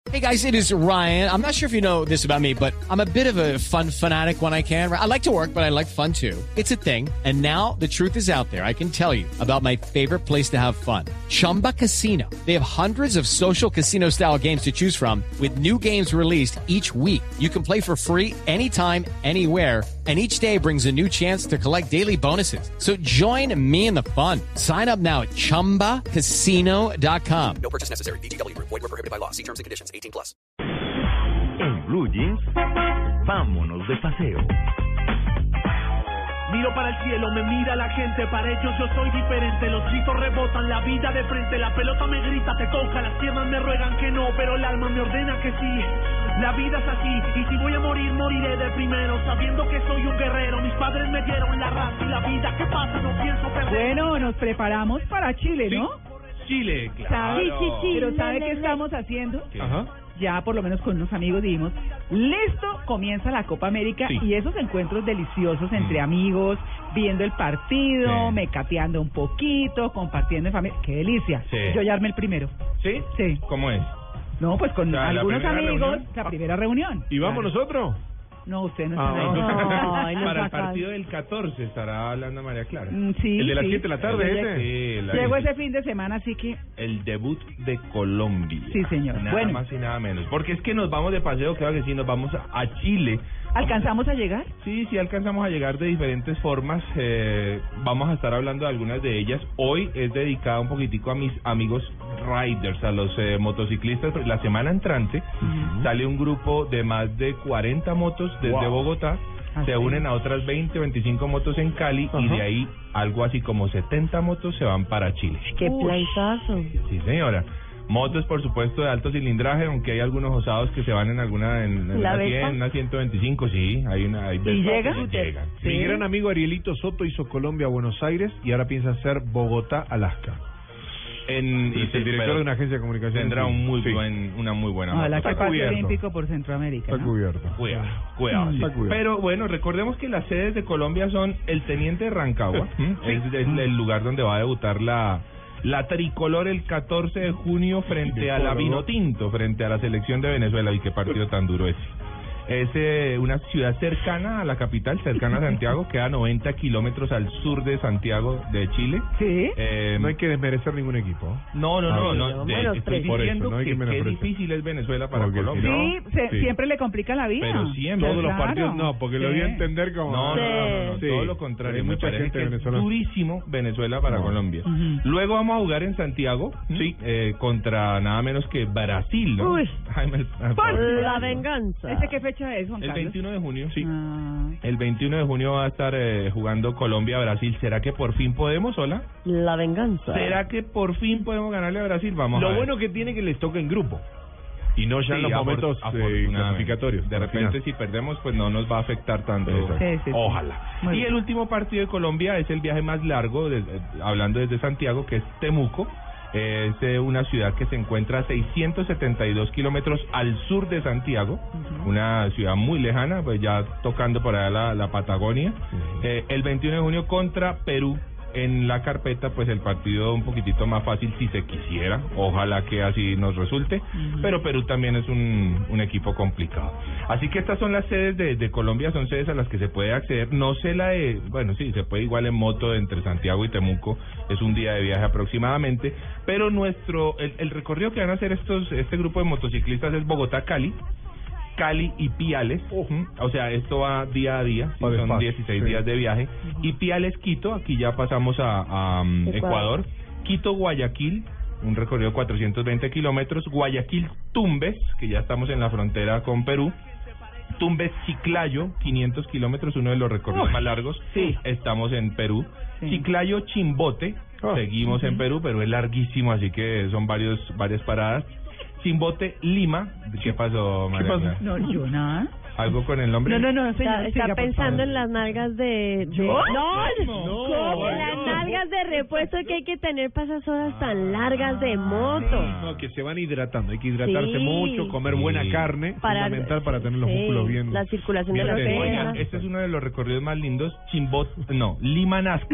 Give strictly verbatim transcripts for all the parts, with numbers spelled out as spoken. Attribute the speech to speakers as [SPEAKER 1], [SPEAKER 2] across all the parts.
[SPEAKER 1] Hey guys, it is Ryan. I'm not sure if you know this about me, but I'm a bit of a fun fanatic when I can. I like to work, but I like fun too. It's a thing. And now the truth is out there. I can tell you about my favorite place to have fun. Chumba Casino. They have hundreds of social casino style games to choose from with new games released each week. You can play for free anytime, anywhere. And each day brings a new chance to collect daily bonuses. So join me in the fun. Sign up now at chumba casino dot com.
[SPEAKER 2] No purchase necessary. V G W. Void where prohibited by law. See terms and conditions. eighteen plus.
[SPEAKER 3] En Blue Jeans, vámonos de paseo.
[SPEAKER 4] Miro para el cielo, me mira la gente, para ellos yo soy diferente. Los gritos rebotan, la vida de frente, la pelota me grita, te toca, las piernas me ruegan que no, pero el alma me ordena que sí. La vida es así, y si voy a morir, moriré de primero, sabiendo que soy un guerrero. Mis padres me dieron la raza y la vida, ¿qué pasa? No pienso perder.
[SPEAKER 5] Bueno, nos preparamos para Chile, ¿no?
[SPEAKER 6] Sí. Chile, claro.
[SPEAKER 5] Sí, sí, sí. Pero ¿sabe qué estamos haciendo?
[SPEAKER 6] ¿Qué? Ajá.
[SPEAKER 5] Ya por lo menos con unos amigos dijimos, listo, comienza la Copa América, sí. Y esos encuentros deliciosos entre mm. amigos, viendo el partido, sí. mecateando un poquito, compartiendo en familia, qué delicia. Sí. Yo ya armé el primero.
[SPEAKER 6] ¿Sí?
[SPEAKER 5] Sí.
[SPEAKER 6] ¿Cómo es?
[SPEAKER 5] No, pues con o sea, algunos amigos, reunión. La primera reunión.
[SPEAKER 6] ¿Y vamos claro. nosotros?
[SPEAKER 5] No, usted no
[SPEAKER 6] ah,
[SPEAKER 5] está
[SPEAKER 6] no.
[SPEAKER 5] Ay,
[SPEAKER 6] Para el partido del catorce estará hablando María Clara.
[SPEAKER 5] Mm, sí,
[SPEAKER 6] el de las
[SPEAKER 5] sí.
[SPEAKER 6] siete de la tarde, ese. Sí, la
[SPEAKER 5] Llego ese fin de semana, así que...
[SPEAKER 6] El debut de Colombia.
[SPEAKER 5] Sí, señor.
[SPEAKER 6] Nada
[SPEAKER 5] bueno.
[SPEAKER 6] más y nada menos. Porque es que nos vamos de paseo, claro que sí, nos vamos a Chile.
[SPEAKER 5] ¿Alcanzamos a llegar?
[SPEAKER 6] Sí, sí, alcanzamos a llegar de diferentes formas. Eh, vamos a estar hablando de algunas de ellas. Hoy es dedicada un poquitico a mis amigos riders, a los eh, motociclistas. La semana entrante uh-huh. sale un grupo de más de cuarenta motos desde wow. Bogotá. ¿Ah, se sí? unen a otras veinte o veinticinco motos en Cali uh-huh. y de ahí algo así como setenta motos se van para Chile.
[SPEAKER 7] ¡Qué plaisazo!
[SPEAKER 6] Sí, señora. Motos, por supuesto, de alto cilindraje, aunque hay algunos osados que se van en alguna, en, en
[SPEAKER 7] ¿La
[SPEAKER 6] una cien, una ciento veinticinco, sí, hay una... Hay
[SPEAKER 5] ¿Y llega?
[SPEAKER 6] Sí, llegan.
[SPEAKER 8] Sí. Mi gran amigo Arielito Soto hizo Colombia a Buenos Aires y ahora piensa hacer Bogotá, Alaska.
[SPEAKER 6] En,
[SPEAKER 8] y es el director de una agencia de comunicación.
[SPEAKER 6] Tendrá un muy
[SPEAKER 8] sí.
[SPEAKER 6] buen, una muy buena
[SPEAKER 5] moto.
[SPEAKER 6] Ojalá
[SPEAKER 5] que pase olímpico por Centroamérica,
[SPEAKER 8] Está
[SPEAKER 5] ¿no?
[SPEAKER 8] cubierto.
[SPEAKER 6] Cuidado, cuidado.
[SPEAKER 8] Sí.
[SPEAKER 6] Sí.
[SPEAKER 8] Cubierto.
[SPEAKER 6] Pero bueno, recordemos que las sedes de Colombia son el Teniente de Rancagua, sí. es, es el lugar donde va a debutar la... La tricolor el catorce de junio frente a la Vinotinto, frente a la selección de Venezuela. Y qué partido tan duro es. Es eh, una ciudad cercana a la capital, cercana a Santiago, queda a noventa kilómetros al sur de Santiago de Chile.
[SPEAKER 5] Sí.
[SPEAKER 6] Eh,
[SPEAKER 8] no hay que desmerecer ningún equipo.
[SPEAKER 6] No, no, no, no. no de, estoy
[SPEAKER 8] por
[SPEAKER 6] diciendo
[SPEAKER 8] eso, no hay
[SPEAKER 6] que,
[SPEAKER 8] que
[SPEAKER 6] qué difícil es Venezuela para
[SPEAKER 8] porque
[SPEAKER 6] Colombia.
[SPEAKER 5] Sí, se,
[SPEAKER 8] sí,
[SPEAKER 5] siempre le complica la vida.
[SPEAKER 6] Pero siempre.
[SPEAKER 8] Todos
[SPEAKER 5] claro.
[SPEAKER 8] los partidos no, porque sí. lo voy a entender como...
[SPEAKER 6] No, no, no, no, no
[SPEAKER 8] sí.
[SPEAKER 6] todo lo contrario.
[SPEAKER 8] Hay mucha gente
[SPEAKER 6] que
[SPEAKER 8] venezolana.
[SPEAKER 6] Es durísimo Venezuela para no. Colombia. Uh-huh. Luego vamos a jugar en Santiago, uh-huh. sí, eh, contra nada menos que Brasil, ¿no?
[SPEAKER 7] Uy.
[SPEAKER 6] Ay, me,
[SPEAKER 7] por la venganza.
[SPEAKER 5] ¿Ese qué fecha es, Juan
[SPEAKER 6] El
[SPEAKER 5] Carlos?
[SPEAKER 6] veintiuno de junio, sí.
[SPEAKER 5] Ah.
[SPEAKER 6] El veintiuno de junio va a estar eh, jugando Colombia-Brasil. ¿Será que por fin podemos, hola?
[SPEAKER 7] La venganza.
[SPEAKER 6] ¿Será que por fin podemos ganarle a Brasil? Vamos
[SPEAKER 8] Lo
[SPEAKER 6] a ver.
[SPEAKER 8] bueno que tiene que les toca en grupo. Y no ya
[SPEAKER 6] sí,
[SPEAKER 8] en los momentos eh, clasificatorios.
[SPEAKER 6] De repente si perdemos pues no nos va a afectar tanto.
[SPEAKER 5] Sí, sí, sí.
[SPEAKER 6] Ojalá. Muy y bien. El último partido de Colombia es el viaje más largo, de, hablando desde Santiago, que es Temuco. Es eh, una ciudad que se encuentra a seiscientos setenta y dos kilómetros al sur de Santiago, uh-huh. una ciudad muy lejana, pues ya tocando por allá la, la Patagonia. Uh-huh. Eh, el veintiuno de junio contra Perú. En la carpeta, pues el partido un poquitito más fácil si se quisiera, ojalá que así nos resulte, uh-huh. pero Perú también es un, un equipo complicado. Así que estas son las sedes de, de Colombia, son sedes a las que se puede acceder, no sé la de, bueno sí, se puede igual en moto entre Santiago y Temuco, es un día de viaje aproximadamente, pero nuestro, el, el recorrido que van a hacer estos este grupo de motociclistas es Bogotá-Cali, Cali y Piales, uh-huh. o sea, esto va día a día, son fácil, dieciséis sí. días de viaje, uh-huh. y Piales, Quito, aquí ya pasamos a, a um, Ecuador. Ecuador, Quito, Guayaquil, un recorrido de cuatrocientos veinte kilómetros, Guayaquil, Tumbes, que ya estamos en la frontera con Perú, Tumbes, Chiclayo, quinientos kilómetros, uno de los recorridos uh, más largos, sí. estamos en Perú, sí. Chiclayo, Chimbote, oh, seguimos uh-huh. en Perú, pero es larguísimo, así que son varios varias paradas. Chimbote, Lima. ¿Qué pasó, María? ¿Qué pasó?
[SPEAKER 5] No, yo nada.
[SPEAKER 6] ¿Algo con el nombre?
[SPEAKER 7] No, no, no, señor, está, está pensando en las nalgas de... de...
[SPEAKER 5] ¿Yo?
[SPEAKER 7] No,
[SPEAKER 5] no,
[SPEAKER 7] no, en las nalgas de repuesto que hay que tener para esas horas tan largas de moto.
[SPEAKER 8] No, que se van hidratando, hay que hidratarse sí. mucho, comer sí. buena carne, para, fundamental para tener los
[SPEAKER 7] sí,
[SPEAKER 8] músculos bien...
[SPEAKER 7] La circulación
[SPEAKER 8] bien
[SPEAKER 7] de los venas.
[SPEAKER 6] Este es uno de los recorridos más lindos, Chimbote, no, Lima, Nazca.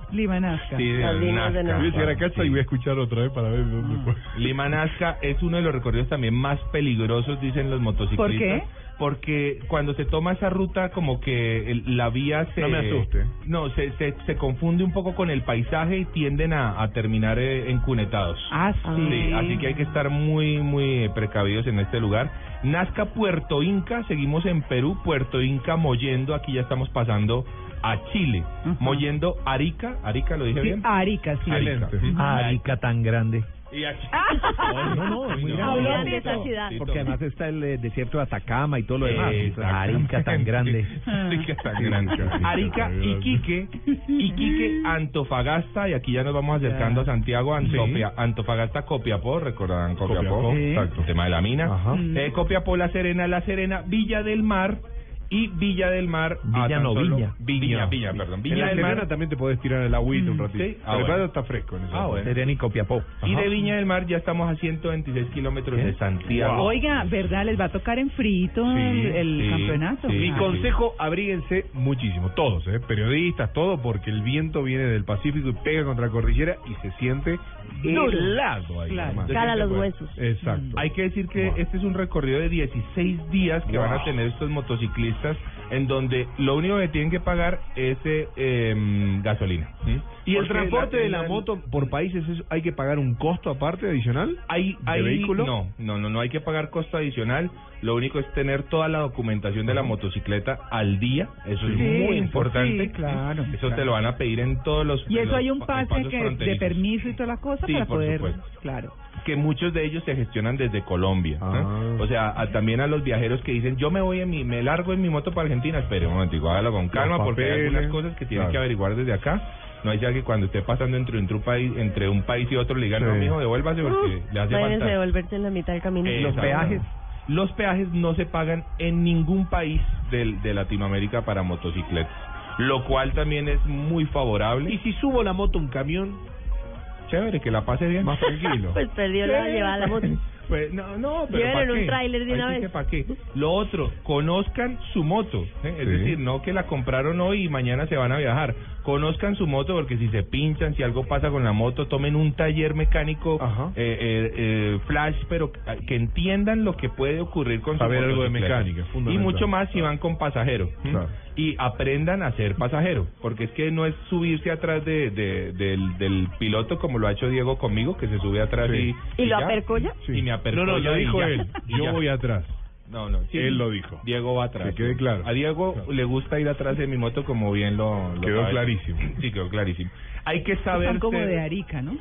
[SPEAKER 5] Lima Nazca.
[SPEAKER 6] Sí, de
[SPEAKER 7] Las líneas de
[SPEAKER 6] Nazca.
[SPEAKER 8] Voy a llegar a casa y voy a escuchar otra vez para ver dónde fue.
[SPEAKER 6] Lima Nazca es uno de los recorridos también más peligrosos, dicen los motociclistas.
[SPEAKER 5] ¿Por qué?
[SPEAKER 6] Porque cuando se toma esa ruta, como que el- la vía se...
[SPEAKER 8] No me asuste.
[SPEAKER 6] No, se, se, se confunde un poco con el paisaje y tienden a, a terminar eh, encunetados.
[SPEAKER 5] Ah, sí.
[SPEAKER 6] Sí, así que hay que estar muy, muy precavidos en este lugar. Nazca, Puerto Inca, seguimos en Perú, Puerto Inca, Mollendo, aquí ya estamos pasando a Chile.
[SPEAKER 5] Ujú.
[SPEAKER 6] Mollendo, Arica, Arica, ¿lo dije
[SPEAKER 5] Sí,
[SPEAKER 6] bien?
[SPEAKER 5] Arica, sí.
[SPEAKER 6] Arica.
[SPEAKER 8] Excelente.
[SPEAKER 6] Ujú.
[SPEAKER 9] Arica tan grande.
[SPEAKER 6] Y aquí...
[SPEAKER 8] No, no, es muy
[SPEAKER 6] No,
[SPEAKER 8] grande.
[SPEAKER 7] grande
[SPEAKER 6] no,
[SPEAKER 7] esa
[SPEAKER 6] no,
[SPEAKER 7] ciudad.
[SPEAKER 6] sí,
[SPEAKER 9] Porque además está el eh, desierto de Atacama y todo lo demás.
[SPEAKER 6] Exactamente.
[SPEAKER 9] Arica tan grande.
[SPEAKER 6] Arica tan grande.
[SPEAKER 8] Arica,
[SPEAKER 6] Arica,
[SPEAKER 8] Arica.
[SPEAKER 6] Iquique, Iquique, Antofagasta, y aquí ya nos vamos acercando a Santiago, Antofia, Antofagasta, Copiapó, recordarán Copiapó,
[SPEAKER 8] Copiapó,
[SPEAKER 5] Sí.
[SPEAKER 8] exacto.
[SPEAKER 6] el tema de la mina,
[SPEAKER 8] Ajá.
[SPEAKER 6] eh, Copiapó, La Serena, La Serena, Villa del Mar, y Villa del Mar,
[SPEAKER 9] Villa
[SPEAKER 6] a tan
[SPEAKER 9] no,
[SPEAKER 6] solo-
[SPEAKER 9] Viña.
[SPEAKER 6] Viña, Viña, perdón,
[SPEAKER 8] En
[SPEAKER 6] Villa
[SPEAKER 8] la
[SPEAKER 6] del
[SPEAKER 8] Serena
[SPEAKER 6] Mar,
[SPEAKER 8] también te podés tirar el agüita un ratito.
[SPEAKER 6] sí. Ah,
[SPEAKER 8] Pero el
[SPEAKER 6] bueno.
[SPEAKER 8] valle está fresco en esa
[SPEAKER 6] Ah,
[SPEAKER 8] zona.
[SPEAKER 6] bueno.
[SPEAKER 9] Serena y Copiapó.
[SPEAKER 6] y
[SPEAKER 8] Ajá.
[SPEAKER 6] de Viña del Mar ya estamos a ciento veintiséis kilómetros de Santiago.
[SPEAKER 5] Oiga, ¿verdad? Les va a tocar en frito
[SPEAKER 6] Sí,
[SPEAKER 5] el, el
[SPEAKER 6] sí,
[SPEAKER 5] campeonato.
[SPEAKER 6] sí.
[SPEAKER 8] Mi
[SPEAKER 5] Ah.
[SPEAKER 8] consejo, abríguense muchísimo, todos, ¿eh? Periodistas, todo, porque el viento viene del Pacífico y pega contra la cordillera y se siente
[SPEAKER 5] Duro.
[SPEAKER 8] helado ahí.
[SPEAKER 5] Claro.
[SPEAKER 8] hermano.
[SPEAKER 7] Cala los
[SPEAKER 6] Bueno.
[SPEAKER 7] huesos.
[SPEAKER 8] Exacto.
[SPEAKER 6] Hay que decir que
[SPEAKER 8] Wow.
[SPEAKER 6] este es un recorrido de dieciséis días que
[SPEAKER 8] Wow.
[SPEAKER 6] van a tener estos motociclistas, en donde lo único que tienen que pagar es eh, em, gasolina. ¿sí?
[SPEAKER 8] ¿Y el
[SPEAKER 6] Porque
[SPEAKER 8] transporte
[SPEAKER 6] la-
[SPEAKER 8] de la
[SPEAKER 6] la-
[SPEAKER 8] moto por países, eso, hay que pagar un costo aparte adicional?
[SPEAKER 6] Hay,
[SPEAKER 8] ¿De
[SPEAKER 6] hay,
[SPEAKER 8] vehículo?
[SPEAKER 6] No, no, no, no hay que pagar costo adicional. Lo único es tener toda la documentación de la motocicleta al día. Eso es
[SPEAKER 5] Sí,
[SPEAKER 6] muy
[SPEAKER 5] eso
[SPEAKER 6] importante.
[SPEAKER 5] sí, claro,
[SPEAKER 6] Eso
[SPEAKER 5] claro.
[SPEAKER 6] te lo van a pedir en todos los.
[SPEAKER 5] Y
[SPEAKER 6] en
[SPEAKER 5] eso
[SPEAKER 6] los
[SPEAKER 5] hay un
[SPEAKER 6] pa-
[SPEAKER 5] pase
[SPEAKER 6] pasos
[SPEAKER 5] que de
[SPEAKER 6] fronterizos.
[SPEAKER 5] permiso y todas las cosas
[SPEAKER 6] Sí,
[SPEAKER 5] para
[SPEAKER 6] por
[SPEAKER 5] poder,
[SPEAKER 6] supuesto.
[SPEAKER 5] claro.
[SPEAKER 6] Que muchos de ellos se gestionan desde Colombia. ¿no?
[SPEAKER 8] Ah.
[SPEAKER 6] O sea, a- también a los viajeros que dicen, yo me voy en mi, me largo en mi moto para Argentina. Espere un momentico, hágalo con calma,
[SPEAKER 8] Los
[SPEAKER 6] porque hay
[SPEAKER 8] papeles,
[SPEAKER 6] algunas cosas que tienen
[SPEAKER 8] claro.
[SPEAKER 6] que averiguar desde acá. No hay ya que cuando esté pasando entre, entre, un país, entre un país y otro le digan,
[SPEAKER 8] Sí.
[SPEAKER 6] no, mijo, devuélvase porque le hace
[SPEAKER 7] Váyanse a
[SPEAKER 6] falta.
[SPEAKER 7] devolverse en la mitad del camino.
[SPEAKER 6] Eh,
[SPEAKER 9] Los
[SPEAKER 6] Exacto.
[SPEAKER 9] peajes.
[SPEAKER 6] Los peajes no se pagan en ningún país del, de Latinoamérica para motocicletas, lo cual también es muy favorable.
[SPEAKER 8] ¿Y si subo la moto a un camión?
[SPEAKER 6] Chévere, que la pase bien.
[SPEAKER 8] Más tranquilo.
[SPEAKER 7] Pues perdió la llevada la moto.
[SPEAKER 6] Pues no, no, pero
[SPEAKER 7] Llévenlo
[SPEAKER 6] ¿pa'
[SPEAKER 7] en un
[SPEAKER 6] qué?
[SPEAKER 7] tráiler de
[SPEAKER 6] Ahí
[SPEAKER 7] una
[SPEAKER 6] sí
[SPEAKER 7] vez.
[SPEAKER 6] que ¿pa' qué? Lo otro, conozcan su moto, ¿eh? Es
[SPEAKER 8] Sí.
[SPEAKER 6] decir, no que la compraron hoy y mañana se van a viajar. Conozcan su moto porque si se pinchan, si algo pasa con la moto, tomen un taller mecánico
[SPEAKER 8] Ajá.
[SPEAKER 6] eh, eh, eh, flash, pero que, que entiendan lo que puede ocurrir con
[SPEAKER 8] Saber
[SPEAKER 6] su
[SPEAKER 8] algo de
[SPEAKER 6] motocicleta.
[SPEAKER 8] mecánica,
[SPEAKER 6] Y
[SPEAKER 8] fundamental.
[SPEAKER 6] mucho más si van con pasajero. ¿m?
[SPEAKER 8] Claro.
[SPEAKER 6] Y aprendan a ser pasajero, porque es que no es subirse atrás de, de- del, del piloto como lo ha hecho Diego conmigo, que se sube atrás
[SPEAKER 8] Sí.
[SPEAKER 6] y...
[SPEAKER 7] ¿Y lo
[SPEAKER 6] ya.
[SPEAKER 7] apercolla?
[SPEAKER 8] Sí.
[SPEAKER 6] Y me apercolla
[SPEAKER 8] No, no, lo
[SPEAKER 6] y
[SPEAKER 8] dijo
[SPEAKER 6] ya.
[SPEAKER 8] él.
[SPEAKER 6] Y
[SPEAKER 8] Yo
[SPEAKER 6] ya.
[SPEAKER 8] voy atrás.
[SPEAKER 6] No, no. sí,
[SPEAKER 8] Él lo dijo.
[SPEAKER 6] Diego va atrás.
[SPEAKER 8] Que quede claro.
[SPEAKER 6] A Diego
[SPEAKER 8] Claro.
[SPEAKER 6] le gusta ir atrás de mi moto como bien lo... lo
[SPEAKER 8] Quedó
[SPEAKER 6] sabe.
[SPEAKER 8] clarísimo.
[SPEAKER 6] Sí, quedó clarísimo. Hay que saber
[SPEAKER 5] Son como
[SPEAKER 6] ser-
[SPEAKER 5] de Arica, ¿no?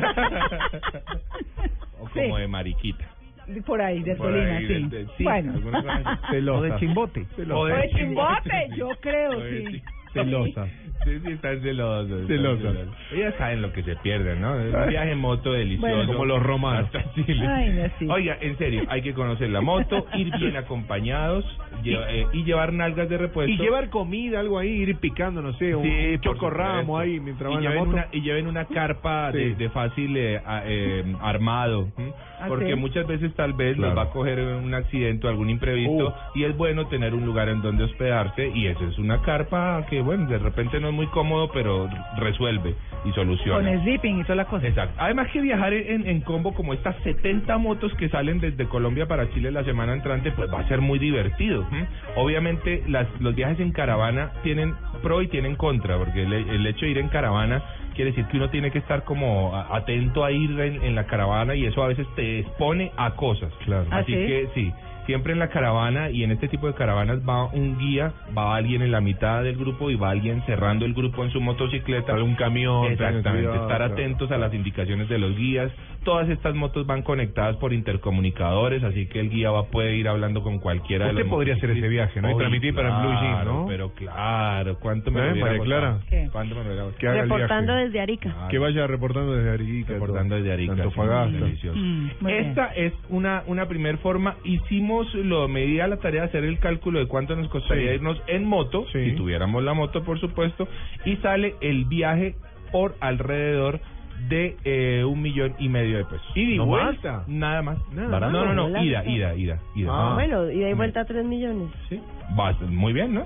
[SPEAKER 6] o como
[SPEAKER 5] Sí.
[SPEAKER 6] de mariquita.
[SPEAKER 5] Por ahí, de
[SPEAKER 6] Por
[SPEAKER 5] Tolina,
[SPEAKER 6] ahí,
[SPEAKER 5] sí.
[SPEAKER 6] de- de- sí,
[SPEAKER 5] Bueno.
[SPEAKER 6] algunas cosas.
[SPEAKER 8] Celosas.
[SPEAKER 9] O de Chimbote.
[SPEAKER 8] Celosas.
[SPEAKER 5] O de Chimbote, yo creo,
[SPEAKER 6] O de
[SPEAKER 5] sí.
[SPEAKER 6] chi-
[SPEAKER 8] Celosas.
[SPEAKER 6] Sí, sí, están celosos. están
[SPEAKER 8] Celosas.
[SPEAKER 6] celosos. Ellas saben lo que se pierden, ¿no? Es un viaje en moto delicioso.
[SPEAKER 5] Bueno.
[SPEAKER 8] Como los romanos.
[SPEAKER 6] Hasta Chile.
[SPEAKER 5] Ay, no, sí.
[SPEAKER 6] Oiga, en serio, hay que conocer la moto, ir bien acompañados lleva- eh, y llevar nalgas de repuesto.
[SPEAKER 8] Y llevar comida, algo ahí, ir picando, no sé, un
[SPEAKER 6] Sí, por
[SPEAKER 8] chocorramo
[SPEAKER 6] supuesto.
[SPEAKER 8] ahí mientras
[SPEAKER 6] y
[SPEAKER 8] van en la
[SPEAKER 6] lleven
[SPEAKER 8] moto.
[SPEAKER 6] una y lleven una carpa de,
[SPEAKER 8] Sí.
[SPEAKER 6] de fácil eh, a- eh, armado, ¿m?
[SPEAKER 5] ¿Ah,
[SPEAKER 6] porque
[SPEAKER 5] sí?
[SPEAKER 6] muchas veces tal vez
[SPEAKER 8] Claro.
[SPEAKER 6] les va a coger un accidente o algún imprevisto
[SPEAKER 8] Uh.
[SPEAKER 6] y es bueno tener un lugar en donde hospedarse y esa es una carpa que bueno, de repente no es muy cómodo, pero resuelve y soluciona.
[SPEAKER 5] Con sleeping y todas las cosas.
[SPEAKER 6] Exacto. Además que viajar en, en combo como estas setenta motos que salen desde Colombia para Chile la semana entrante, pues va a ser muy divertido. ¿m? Obviamente las, los viajes en caravana tienen pro y tienen contra, porque el, el hecho de ir en caravana quiere decir que uno tiene que estar como a- atento a ir en, en la caravana y eso a veces te expone a cosas.
[SPEAKER 8] Claro.
[SPEAKER 5] ¿Ah,
[SPEAKER 6] Así
[SPEAKER 5] sí?
[SPEAKER 6] que sí. Siempre en la caravana y en este tipo de caravanas va un guía, va alguien en la mitad del grupo y va alguien cerrando el grupo en su motocicleta.
[SPEAKER 8] Para un camión.
[SPEAKER 6] Exactamente,
[SPEAKER 8] tengan cuidado,
[SPEAKER 6] estar
[SPEAKER 8] claro.
[SPEAKER 6] atentos a las indicaciones de los guías. Todas estas motos van conectadas por intercomunicadores, así que el guía va puede ir hablando con cualquiera de los
[SPEAKER 8] Usted podría hacer ese viaje, ¿no? Y
[SPEAKER 6] Oye,
[SPEAKER 8] transmitir para el Blue Jean,
[SPEAKER 6] claro,
[SPEAKER 8] ¿no?
[SPEAKER 6] Pero claro, ¿cuánto me
[SPEAKER 8] ¿Eh,
[SPEAKER 6] lo hubiera
[SPEAKER 8] María Clara?
[SPEAKER 6] costado?
[SPEAKER 5] ¿Qué?
[SPEAKER 6] ¿Cuánto me lo hubiera costado?
[SPEAKER 8] Que haga el
[SPEAKER 7] Reportando
[SPEAKER 8] viaje.
[SPEAKER 7] desde Arica.
[SPEAKER 6] Claro.
[SPEAKER 8] Que vaya reportando desde Arica.
[SPEAKER 6] Reportando desde Arica. sí,
[SPEAKER 8] Antofagasta.
[SPEAKER 6] delicioso.
[SPEAKER 5] Mm, muy bien.
[SPEAKER 6] Esta es una una primer forma. Hicimos, lo me di a la tarea de hacer el cálculo de cuánto nos costaría
[SPEAKER 8] Sí.
[SPEAKER 6] irnos en moto,
[SPEAKER 8] Sí.
[SPEAKER 6] si tuviéramos la moto, por supuesto, y sale el viaje por alrededor de eh, un millón y medio de pesos.
[SPEAKER 8] ¿Ida y
[SPEAKER 6] ¿No más?
[SPEAKER 8] vuelta?
[SPEAKER 6] Nada más.
[SPEAKER 8] Nada.
[SPEAKER 6] No, no, no,
[SPEAKER 7] Hola.
[SPEAKER 6] ida, ida, ida, ida.
[SPEAKER 8] Ah.
[SPEAKER 7] Bueno, y de ahí vuelta a tres millones.
[SPEAKER 6] Sí. Va, muy bien, ¿no?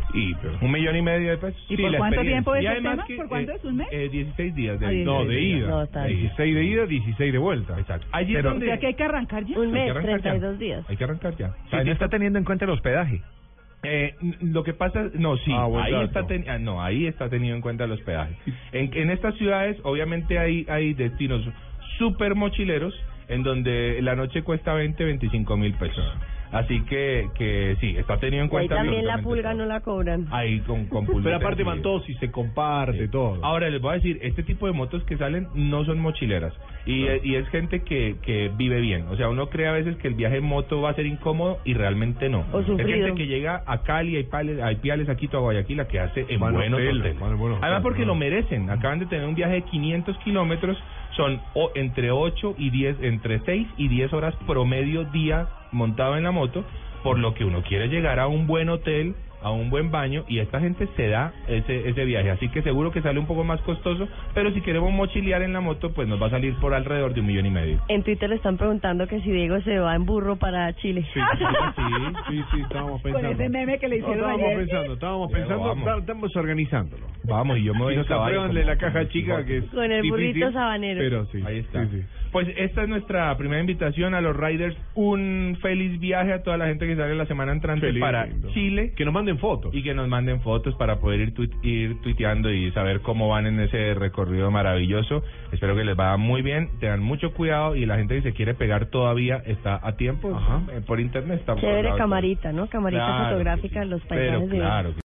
[SPEAKER 6] Y pero un millón y medio de pesos.
[SPEAKER 5] ¿Y
[SPEAKER 6] Sí,
[SPEAKER 5] por
[SPEAKER 6] la
[SPEAKER 5] cuánto
[SPEAKER 6] experiencia.
[SPEAKER 5] tiempo es
[SPEAKER 6] Y
[SPEAKER 5] el
[SPEAKER 6] además
[SPEAKER 5] tema?
[SPEAKER 6] que,
[SPEAKER 5] ¿Por cuánto
[SPEAKER 6] eh,
[SPEAKER 5] es un mes?
[SPEAKER 6] Eh, dieciséis días. De,
[SPEAKER 5] Ah,
[SPEAKER 8] No, de ida.
[SPEAKER 7] No, está bien.
[SPEAKER 8] dieciséis de ida, dieciséis de vuelta.
[SPEAKER 6] Exacto. Allí es
[SPEAKER 9] Pero-
[SPEAKER 5] O
[SPEAKER 6] donde
[SPEAKER 5] sea que hay que arrancar ya.
[SPEAKER 7] Un
[SPEAKER 6] hay
[SPEAKER 7] mes,
[SPEAKER 6] que arrancar
[SPEAKER 7] treinta y
[SPEAKER 6] ya.
[SPEAKER 7] dos días.
[SPEAKER 6] Hay que arrancar ya. O
[SPEAKER 9] Sí,
[SPEAKER 6] sea, en
[SPEAKER 9] sí
[SPEAKER 6] esta-
[SPEAKER 9] está teniendo en cuenta el hospedaje.
[SPEAKER 6] Eh, n- lo que pasa, no, sí,
[SPEAKER 8] Ah, buen
[SPEAKER 6] ahí
[SPEAKER 8] dato.
[SPEAKER 6] está, ten- ah, no, ahí está tenido en cuenta el hospedaje. En, en estas ciudades, obviamente, hay, hay destinos súper mochileros en donde la noche cuesta veinte, veinticinco mil pesos. Así que, que sí, está tenido en
[SPEAKER 7] Y ahí
[SPEAKER 6] cuenta.
[SPEAKER 7] también la
[SPEAKER 6] absolutamente
[SPEAKER 7] pulga
[SPEAKER 6] todo.
[SPEAKER 7] no la cobran.
[SPEAKER 6] Ahí con, con
[SPEAKER 8] Pero
[SPEAKER 6] pulguita
[SPEAKER 8] aparte
[SPEAKER 6] incluida.
[SPEAKER 8] van todos y se comparte
[SPEAKER 6] Sí.
[SPEAKER 8] todo.
[SPEAKER 6] Ahora les voy a decir, este tipo de motos que salen no son mochileras y,
[SPEAKER 8] No.
[SPEAKER 6] eh, y es gente que, que vive bien. O sea, uno cree a veces que el viaje en moto va a ser incómodo y realmente no.
[SPEAKER 7] O
[SPEAKER 6] es
[SPEAKER 7] sufrido.
[SPEAKER 6] gente que llega a Cali, a Ipiales, a, Ipiales, a Quito, a Guayaquil, a que hace en
[SPEAKER 8] Van a
[SPEAKER 6] buenos
[SPEAKER 8] hotel,
[SPEAKER 6] hoteles.
[SPEAKER 8] van a buenos
[SPEAKER 6] Además
[SPEAKER 8] hoteles,
[SPEAKER 6] porque
[SPEAKER 8] ¿no?
[SPEAKER 6] lo merecen. Acaban de tener un viaje de quinientos kilómetros, son o, entre ocho y diez, entre seis y diez horas promedio día montado en la moto, por lo que uno quiere llegar a un buen hotel, a un buen baño, y esta gente se da ese ese viaje, así que seguro que sale un poco más costoso, pero si queremos mochilear en la moto, pues nos va a salir por alrededor de un millón y medio.
[SPEAKER 7] En Twitter le están preguntando que si Diego se va en burro para Chile.
[SPEAKER 8] Sí, sí, sí, sí, sí, estábamos
[SPEAKER 5] Con
[SPEAKER 8] pensando.
[SPEAKER 5] ese meme que le
[SPEAKER 8] No,
[SPEAKER 5] hicieron
[SPEAKER 8] estábamos
[SPEAKER 5] ayer.
[SPEAKER 8] pensando, estábamos
[SPEAKER 6] Diego,
[SPEAKER 8] pensando,
[SPEAKER 6] vamos.
[SPEAKER 8] ta- estamos organizándolo.
[SPEAKER 6] Vamos, y yo me voy
[SPEAKER 8] Y
[SPEAKER 6] en
[SPEAKER 8] nos
[SPEAKER 6] caballo.
[SPEAKER 8] aprueban de la caja chica que es
[SPEAKER 7] Con el burrito
[SPEAKER 8] difícil,
[SPEAKER 7] sabanero.
[SPEAKER 8] Pero sí,
[SPEAKER 6] Ahí está.
[SPEAKER 8] sí, sí.
[SPEAKER 6] Pues esta es nuestra primera invitación a los riders. Un feliz viaje a toda la gente que sale la semana entrante
[SPEAKER 8] Feliz,
[SPEAKER 6] para
[SPEAKER 8] lindo.
[SPEAKER 6] Chile.
[SPEAKER 8] Que nos manden fotos.
[SPEAKER 6] Y que nos manden fotos para poder ir, tuit- ir tuiteando y saber cómo van en ese recorrido maravilloso. Espero que les vaya muy bien, tengan mucho cuidado y la gente que se quiere pegar todavía está a tiempo.
[SPEAKER 8] Ajá.
[SPEAKER 6] Eh, por internet está por
[SPEAKER 7] Chévere
[SPEAKER 6] lados.
[SPEAKER 7] camarita, ¿no? Camarita
[SPEAKER 6] Claro que
[SPEAKER 7] fotográfica
[SPEAKER 6] sí.
[SPEAKER 7] de los
[SPEAKER 6] Pero
[SPEAKER 7] paisajes de
[SPEAKER 6] claro que